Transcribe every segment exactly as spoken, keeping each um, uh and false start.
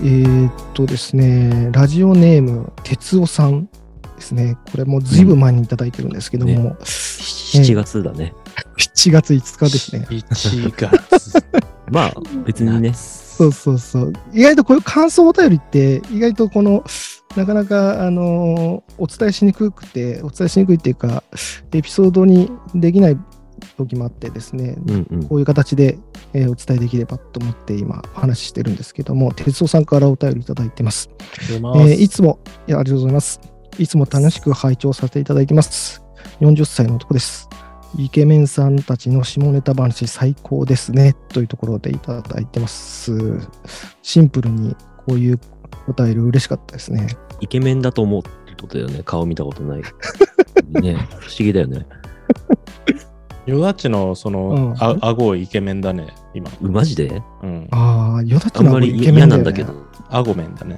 ー、っとですね、ラジオネーム、哲夫さんですね。これもずいぶん前にいただいてるんですけども。うんね、 しちがつだね。 しちがついつかですね。 いちがつ。 まあ、別にね。 そうそうそう。意外とこういう感想お便りって、意外とこの、なかなか、あのー、お伝えしにくくて、お伝えしにくいっていうか、エピソードにできない時もあってですね、うんうん、こういう形で、えー、お伝えできればと思って今お話ししてるんですけども、哲夫さんからお便りいただいてます。えー、いつもいやありがとうございます。いつも楽しく拝聴させていただいてます。よんじゅっさいの男です。イケメンさんたちの下ネタ話最高ですねというところでいただいてます。シンプルにこういうお便り嬉しかったですね。 イケメンだと思うってことだよね。顔見たことない。ね、不思議だよね。 ヨダッチのその、うん、あ顎イケメンだね今。 マジで？ うん。 ああ、ヨダッチの顎イケメンだよね。あんまり嫌なんだけど。 顎面だね。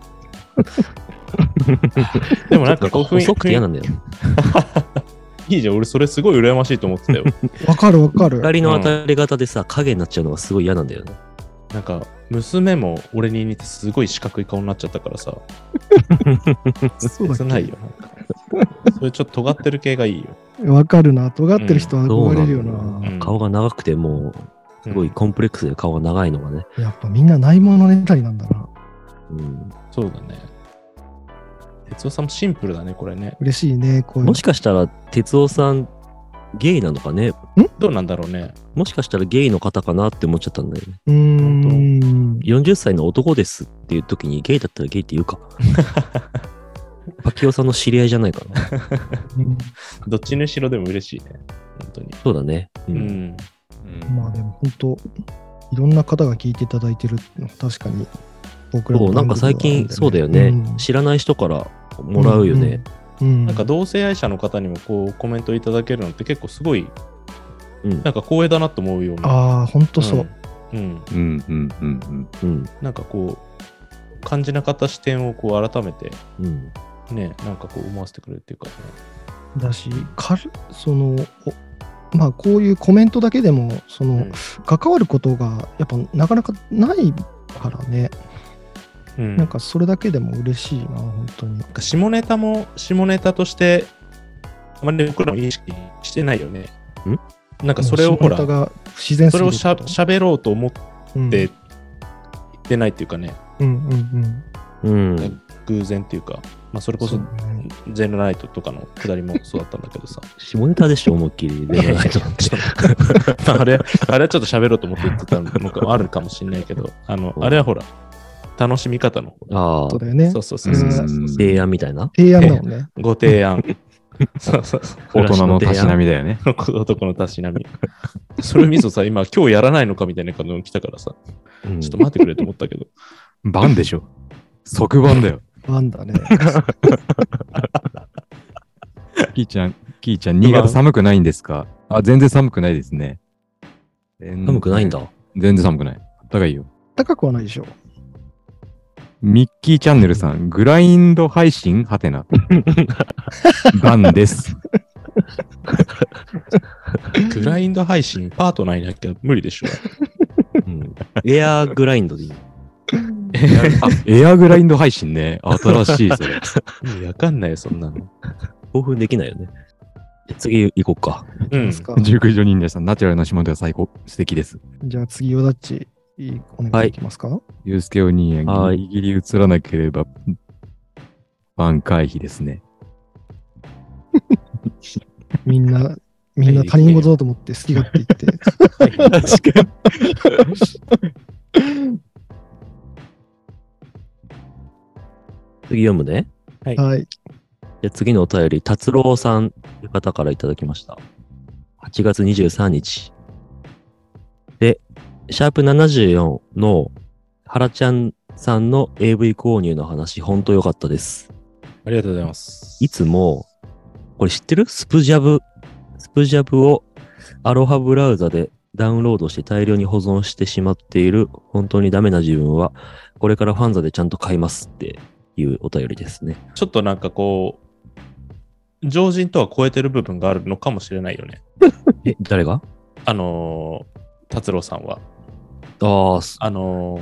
でもなんかこう細くて嫌なんだよ。 いいじゃん、俺それすごい羨ましいと思ってたよ。 わかるわかる。 光の当たり方でさ、うん、影になっちゃうのがすごい嫌なんだよね。 なんか娘も俺に似てすごい四角い顔になっちゃったからさ。そうだないよ。なんかそれちょっと尖ってる系がいいよ。わかるな、尖ってる人は憧れるよな。 うん、顔が長くてもうすごいコンプレックスで顔が長いのがね。 やっぱみんなないものねたりなんだな。 うん、そうだね。哲夫さんもシンプルだねこれね。 嬉しいね。こういうもしかしたら哲夫さんゲイなのかね。んどうなんだろうね。 もしかしたらゲイの方かなって思っちゃったんだよね。 うーん。 よんじゅっさいの男ですっていう時にゲイだったらゲイって言うか。パキオさんの知り合いじゃないかな。 どっちにしろでも嬉しいね。本当に。 そうだね。 うん。うんうん、まあでも本当いろんな方が聞いていただいてるの確かに僕らの、 ね、そうなんか最近そうだよね、うん。知らない人からもらうよね。 うんうん、 なんか同性愛者の方にもこうコメントいただけるのって結構すごい、うん、なんか光栄だなと思うような。 ああ本当そう。 うん。 うんうんうんうんうん。 なんかこう感じなかった視点をこう改めて、うん、ねなんかこう思わせてくれるっていうかね。 だしかそのまあこういうコメントだけでもその、うん、関わることがやっぱなかなかないからね。うん、なんかそれだけでも嬉しいな本当に。 下ネタも下ネタとしてあまり僕らも意識してないよね。 んなんかそれをほら自然それをしゃ喋ろうと思って言ってないっていうかね。 うんうんうん。 うん、 偶然っていうか、まあそれこそゼンライトとかのくだりもそうだったんだけどさ。 下ネタでしょ思いっきりゼンライト。 あれあれはちょっと喋ろうと思って言ってたのかあるかもしれないけど、あのあれはほら。楽しみ方の。 ああ。 そうだよね。 そうそうそうそうそう。 提案みたいな。 提案だもんね。 ご提案。そうそうそう。 大人のたしなみだよね。 男のたしなみ。それみそさ、今、今日やらないのかみたいな感じの来たからさ、うん、ちょっと待ってくれと思ったけど。 バンでしょ。即バンだよ。 バンだね。 キーちゃん、キーちゃん、新潟寒くないんですか？あ、全然寒くないですね。 寒くないんだ。 全然寒くない。高いよ。 高くはないでしょ。 ミッキーチャンネルさん、グラインド配信はてな。バンです。 グラインド配信、パートナーいなきゃ無理でしょ。 うん、エアーグラインドでいい。 あ、エアグラインド配信ね。新しいそれ。 意味わかんないよ、そんなの。 興奮できないよね。次行こうか。 うん。 熟女忍者さん、ナチュラルな島では最高。素敵です。 じゃあ次、ヨダッチ。お願いできますか？ ユースケお兄やギリギリ映らなければバン回避ですね。 みんな、みんな他人事だと思って好き勝手言って。 確かに。次読むね。 はい。はい、 じゃあ次のお便り、達郎さんという方からいただきました。はちがつにじゅうさんにち。で、シャープななじゅうよんの原ちゃんさんの エーブイ 購入の話、ほんと良かったです。 ありがとうございます。 いつも、これ知ってる？スプジャブ。スプジャブをアロハブラウザでダウンロードして大量に保存してしまっている本当にダメな自分は、これからファンザでちゃんと買いますっていうお便りですね。 ちょっとなんかこう、常人とは超えてる部分があるのかもしれないよね。 え、誰が？ あのー、達郎さんは。 ああ、 あの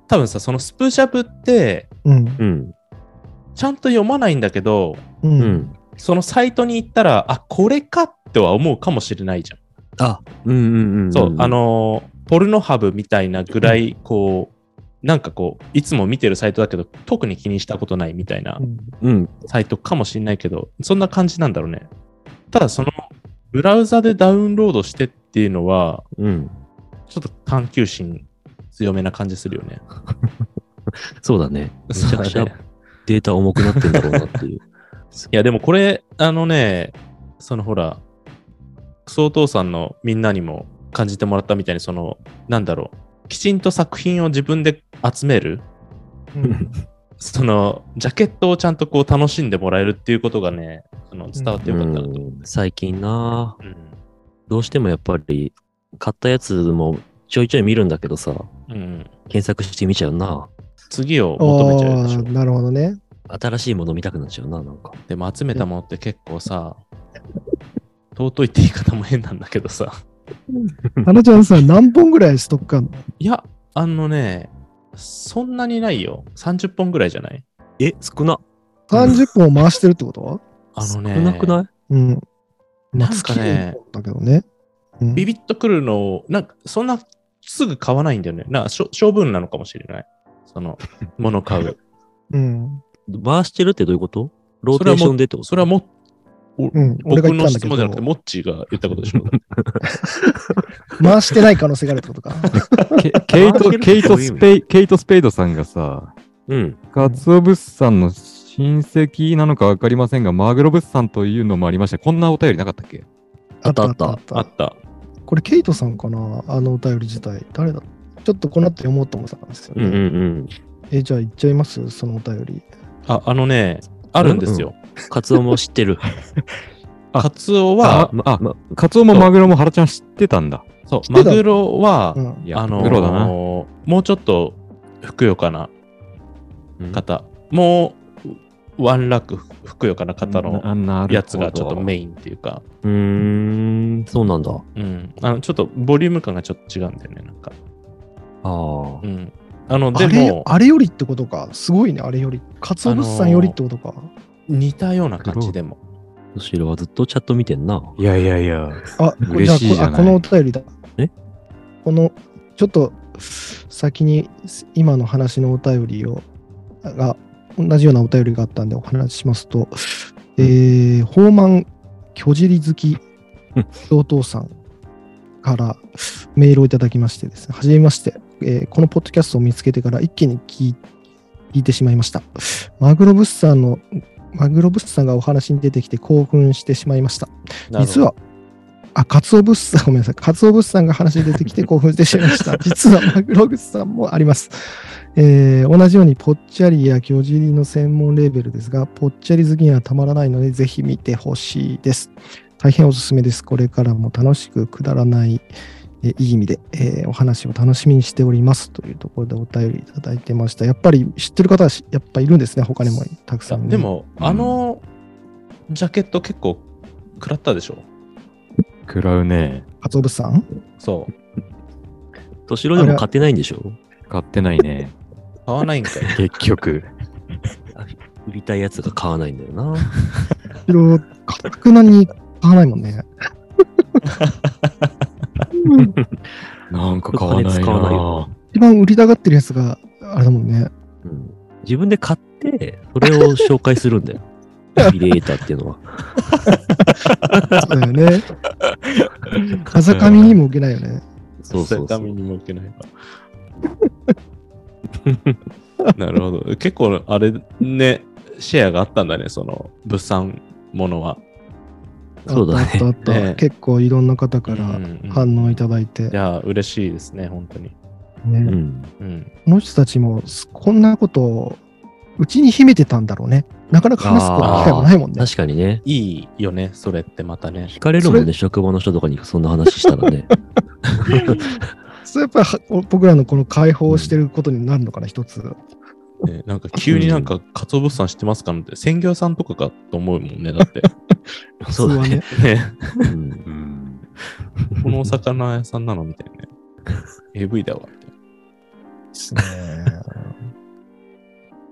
多分さ、そのスプシャブって、 うん。 うん。 ちゃんと読まないんだけど、 う。 うんん。 そのサイトに行ったら、あ、これかっては思うかもしれないじゃん。 あ、うんうんうんうん。 そう、あ、のーポルノハブみたいなぐらい、こう、なんかこう、いつも見てるサイトだけど、特に気にしたことないみたいなうん。 サイトかもしれないけど、そんな感じなんだろうね。ただ、その、ブラウザでダウンロードしてっていうのは、 うん。 ちょっと探求心強めな感じするよね。 そうだね。めちゃくちゃそうだねデータ重くなってんだろうなっていう。 いや、でもこれ、あのね、そのほら、クソお父さんのみんなにも感じてもらったみたいに、その、なんだろう、きちんと作品を自分で集める、 うん。 その、ジャケットをちゃんとこう楽しんでもらえるっていうことがね、あの伝わってよかったなと思う。 うん最近な、 うん。 どうしてもやっぱり、買ったやつもちょいちょい見るんだけどさ、 うん。 検索してみちゃうな。 次を求めちゃうでしょあー。なるほどね。 新しいもの見たくなっちゃうな、なんか。 でも集めたものって結構さ、尊いって言い方も変なんだけどさ。 あのちゃんさ、何本ぐらいストックあんの？ いや、あのね、そんなにないよ。さんじゅっぽんぐらいじゃないえ、少な。 さんじゅっぽんを回してるってこと？ あのね、 少なくないうん。まあ、 なんかね月だけどね。うんビビッとくるのを、なんかそんなすぐ買わないんだよね。なんかしょ性分なのかもしれない。その、もの買う。 うん。 回してるってどういうことローテーションでってことそれはもおうん。俺が僕の言ったんだけ質問じゃなくて、 ど、 モッチーが言ったことでしょ。 回してない可能性があるってことか。 ケケイト、ケイトスペイ、ケイトスペイドさんがさ、 うん。 カツオ物産の親戚なのかわかりませんが、マグロ物産というのもありました。こんなお便りなかったっけ？ あったあったあったあった。 これ、ケイトさんかな、あのお便り自体。誰だちょっとこの後読もうと思ってたんですよね。 うんうんうん。 え、じゃあ言っちゃいますそのお便り。 あ、あのね、あるんですよ。 カツオも知ってる。 あカツオは、 まあまカツオもマグロもハラちゃん知ってたんだ。 そう、 てたマグロは、 うん。 いや、 あのーマグロだな。 もうちょっとふくよかなうん方、もうワンラックふくよかな方のななるほどやつがちょっとメインっていうか、 うーん、そうなんだ。 うん、あのちょっとボリューム感がちょっと違うんだよね、なんか。 ああう。ん、あのであれも、 あれよりってことか。すごいね、あれより。カツオ物産よりってことか。 似たような感じでも。 むしろはずっとチャット見てんな。 いやいやいや。 あ、 嬉しいじゃないあこあこのお便りだ。 えこの、ちょっと先に今の話のお便りを、が、同じようなお便りがあったんでお話ししますと、えー、ホーマン巨尻好きお父さんからメールをいただきましてですね、はじめまして、えーこのポッドキャストを見つけてから一気に聞い聞いてしまいました。マグロ物産の、マグロ物産がお話に出てきて興奮してしまいました。実は、あ、カツオ物産、ごめんなさい。カツオ物産が話に出てきて興奮してしまいました。実はマグロ物産もあります。えー同じようにぽっちゃりや巨尻の専門レーベルですが、ぽっちゃり好きにはたまらないので、ぜひ見てほしいです。大変おすすめです。これからも楽しくくだらない、えいい意味で、えーお話を楽しみにしておりますというところでお便りいただいてました。やっぱり知ってる方はしやっぱいるんですね。他にもたくさん、ね。 でも、 うんあのジャケット結構食らったでしょ。 食らうね。 カツオ物産そう。 年郎でも買ってないんでしょ買ってないね。 買わないんかい。 結局。 売りたいやつが買わないんだよな。 いろいろかたくなに買わないもんね。 なんか買わないお金使わないなよ。 一番売りたがってるやつがあれだもんね。 うん自分で買って、それを紹介するんだよ。ビレーターっていうのは。 そうだよね。風上にも受けないよね。 そうそうそう。 にも受けないわ。なるほど。結構、あれね、シェアがあったんだね、その物産ものは。 そうだねあったあったあったね結構いろんな方からうんうん反応いただいて。 いや、嬉しいですね、本当に。 ねうん。 うん。 この人たちもこんなことをうちに秘めてたんだろうね。なかなか話すこと機会もないもんね。 確かにね。 いいよね、それってまたね。 聞かれるもんそね、職場の人とかにそんな話したらね。 それやっぱりは僕らのこの解放してることになるのかな、一つ。 ねなんか急になんか、かつお物産知ってますかなんて、鮮魚屋さんとかかと思うもんね、だって。 そうだね。 普通はね、 うんうん。 このお魚屋さんなのみたいなね。エーブイ だわって。 ですね。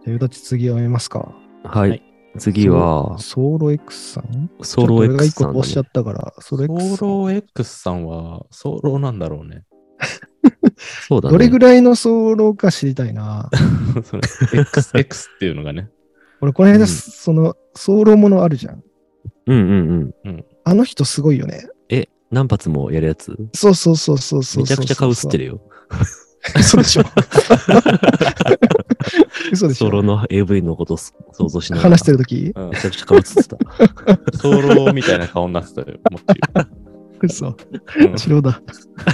じゃあ、よだち次読みますか。 はい。 はい次は、 ソーロ X さんソロちょっと俺が X 一個さんだね押しちゃっ。たから、ソロ X さん。 ソロ X さんは、ソロなんだろうね。 そうだね。 どれぐらいのソロか知りたいな。 それ X、X っていうのがね。 俺、この間、 うんその、ソロものあるじゃん。 うんうんうん。 あの人すごいよね。 え、何発もやるやつそうそうそうそうそうそう。 めちゃくちゃ顔映ってる。 るよ。 嘘でしょ。嘘でしょ。 ソロの エーブイ のこと想像しながら。 話してるときうんめちゃくちゃ顔映ってた。 ソロみたいな顔になってたよ。もっ嘘。 ていううん白だ。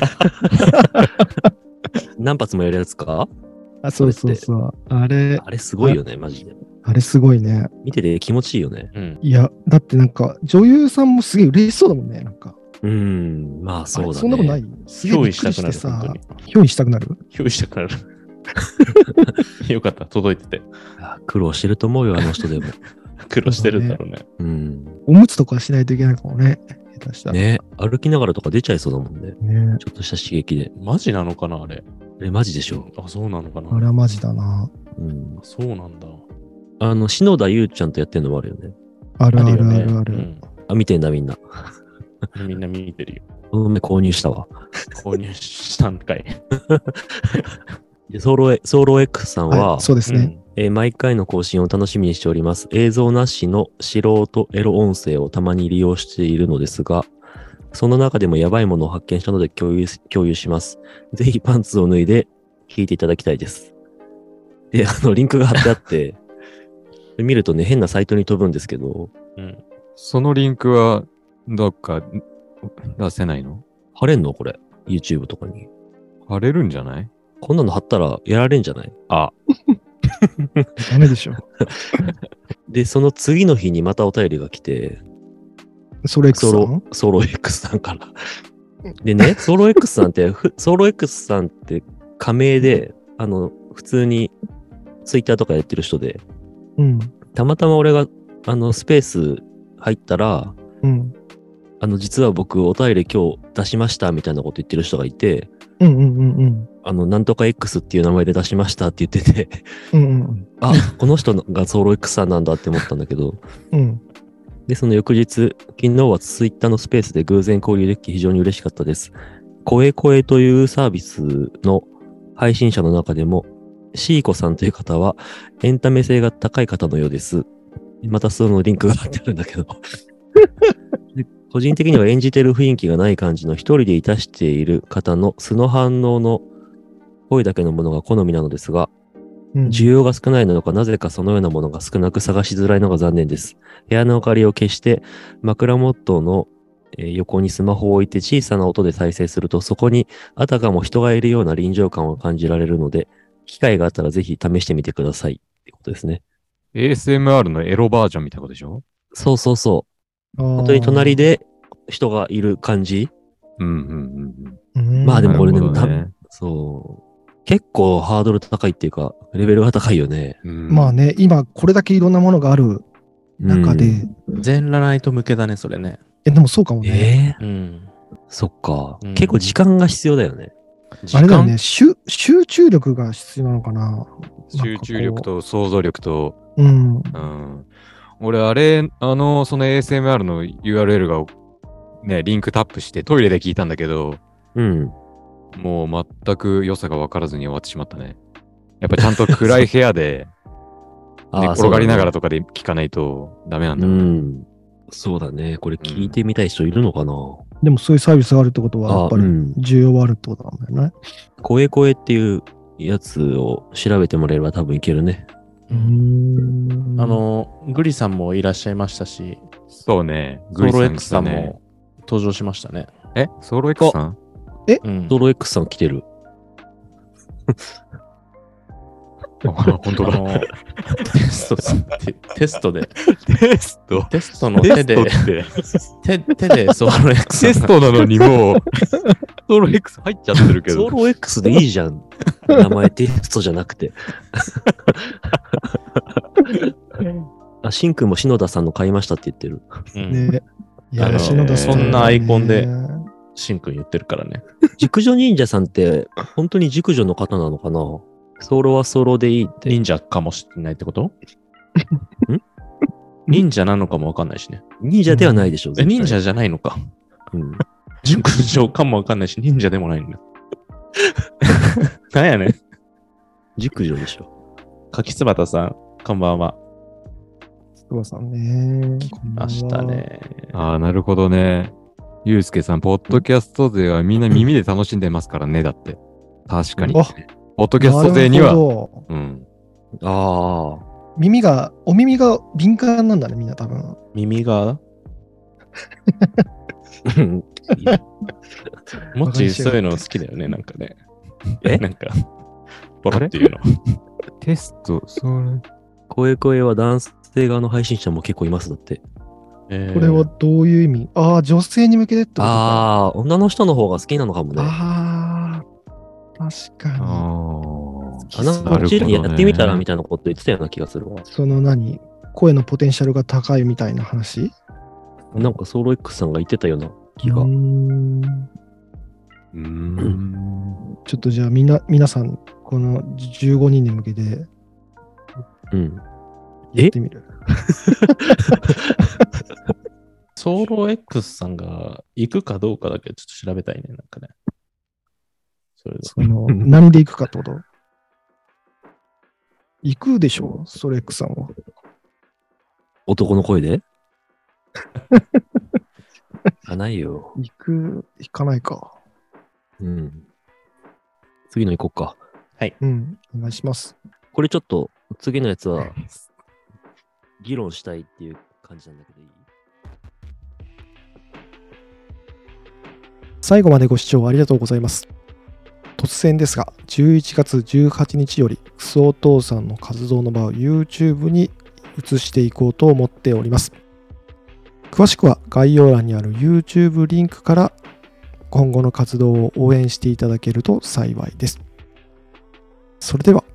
何発もやるやつかあ、そうそうそう。あれ、 あれすごいよね、マジで。 あれすごいね。 見てて気持ちいいよね。 うん。 いや、だってなんか、女優さんもすげえ嬉しそうだもんね。なんか。 うーん、まあそうだね。 あれそんなことないすげえ憑びっくり依したくなる、 してさ本当に。。 憑依したくなる憑依したくなる。よかった、届いてて。 あ苦労してると思うよ、あの人でも。 苦労してるんだろうね。 うん。 おむつとかしないといけないかもね。下手したら。 ね、歩きながらとか出ちゃいそうだもんね。 ねちょっとした刺激で。 マジなのかな、あれ。 え、マジでしょ。 あ、そうなのかな。 あれはマジだな。 うん。 そうなんだ。 あの、篠田優ちゃんとやってるのもあるよね。 あるあるよねあるある。 うんあ、見てんだみんな。 みんな見てるよ。 うん、購入したわ。 購入したんかい。 でソロエ、ソロ X さんは、 はい、そうですね。 えー毎回の更新を楽しみにしております。映像なしの素人エロ音声をたまに利用しているのですが、その中でもやばいものを発見したので共有し共有します。ぜひパンツを脱いで聞いていただきたいです。で、あの、リンクが貼ってあって、見るとね、変なサイトに飛ぶんですけど、 うん。うん。 そのリンクは、どっか出せないの？ 貼れんのこれ。YouTube とかに。 貼れるんじゃない？ こんなの貼ったらやられんじゃない？ あ、 ダメでしょ。 で、その次の日にまたお便りが来て、 それ X ソロさん、 ソロ X さんから。でね、ソロ X さんって、ふソロ X さんって仮名で、あの、普通にツイッターとかやってる人で、 うん。 たまたま俺が、あの、スペース入ったら、 うん。 あの、実は僕、お便り今日出しましたみたいなこと言ってる人がいて、 うんうんうんうん。 あの、なんとか X っていう名前で出しましたって言ってて、 うんうんあ、この人がソロ X さんなんだって思ったんだけど、 うん。うん。 で、その翌日、昨日はツイッターのスペースで偶然交流でき非常に嬉しかったです。声声というサービスの配信者の中でも、シーコさんという方はエンタメ性が高い方のようです。またそのリンクが貼ってあるんだけど。で個人的には演じてる雰囲気がない感じの一人でいたしている方の素の反応の声だけのものが好みなのですが、 うん需要が少ないのかなぜかそのようなものが少なく探しづらいのが残念です。部屋の明かりを消して枕元のえー横にスマホを置いて小さな音で再生するとそこにあたかも人がいるような臨場感を感じられるので機会があったらぜひ試してみてくださいってことですね。 エーエスエムアール のエロバージョンみたいなことでしょ？ そうそうそう。 本本当に隣、で人がいる感じ。 うんうんうんうんまあでもこれねなるほどねそう。結構ハードル高いっていうかレベルが高いよね。 うん。 まあね、今これだけいろんなものがある中で、 全裸ナイト向けだね、それね。 え、でもそうかもうん。 ね。 えー、 うん。 そっか、 うん結構時間が必要だよね。 時間あれだよね、集集中力が必要なのかな。 集中力と想像力と、 うん。 うん。俺、あれ、あの、その エーエスエムアール の ユーアールエルが、ね、リンクタップしてトイレで聞いたんだけど、 うん。 もう全く良さが分からずに終わってしまったね。やっぱちゃんと暗い部屋で、寝転がりながらとかで聞かないとダメなんだうろうね。 ん。そうだね。これ聞いてみたい人いるのかな、 でもそういうサービスがあるってことは、やっぱりうん需要はあるってことなんだよね。 声声っていうやつを調べてもらえれば多分いけるね。 うーん。 あ、の、グリさんもいらっしゃいましたし、 そうね。 ソログリさん X さん来たね。 も登場しましたね。 えソロ X さんうん。 ソロ X さん来てる。 あ本当だ。 あのテストテ、テストで、 テストテストのテ手で、 ストって、 手手でソロ X さんテストなのにもう、ソロ X 入っちゃってるけど。 ソロ X でいいじゃん。名前テストじゃなくて。あ、シンくんも篠田さんの買いましたって言ってる。 うん。 ね。いや、 あの篠田さん、 そんなアイコンでねシンくん言ってるからね。 熟女忍者さんって本当に熟女の方なのかなソロはソロでいいって。 忍者かもしれないってことん忍者なのかもわかんないしね。 忍者ではないでしょ。 え、忍者じゃないのか。 うん。 熟女かもわかんないし、忍者でもないんだ。なんやねん。 熟女でしょ。 柿つばたさん、こんばんは。 つばさんね。 明日ね。 ああ、なるほどね。ゆうすけさん、ポッドキャスト勢はみんな耳で楽しんでますからね、だって。確かに。 あポッドキャスト勢には。 なるほうん。 ああ。 耳が、お耳が敏感なんだね、みんな多分。 耳がもっちそういうの好きだよね、なんかね。 えなんか、ボロっていうの。 テスト、それ。 声声は男性側の配信者も結構います、だって。 えー、 これはどういう意味？ああ、女性に向けてってことか。 ああ、女の人の方が好きなのかもね。 ああ、確かに。 ああ、なんか、うちにやってみたらみたいなこと言ってたような気がするわ。 その何声のポテンシャルが高いみたいな話？ なんかソロ X さんが言ってたような気が。 うーんうーん。 ちょっとじゃあみんな、皆さん、このじゅうごにんに向けてうん。 やってみる。 ソロ X さんが行くかどうかだけちょっと調べたいね、なんかね。それでその、何で行くかってこと行くでしょソレックさんは。 男の声であ、ないよ。 行く、行かないか。 うん。次の行こうか。 うん、お願いします。 これちょっと、次のやつは、議論したいっていう感じなんだけどいい？ 最後までご視聴ありがとうございます。突然ですが、じゅういちがつじゅうはちにちより、クソお父さんの活動の場を YouTube に移していこうと思っております。詳しくは概要欄にある YouTube リンクから今後の活動を応援していただけると幸いです。それでは。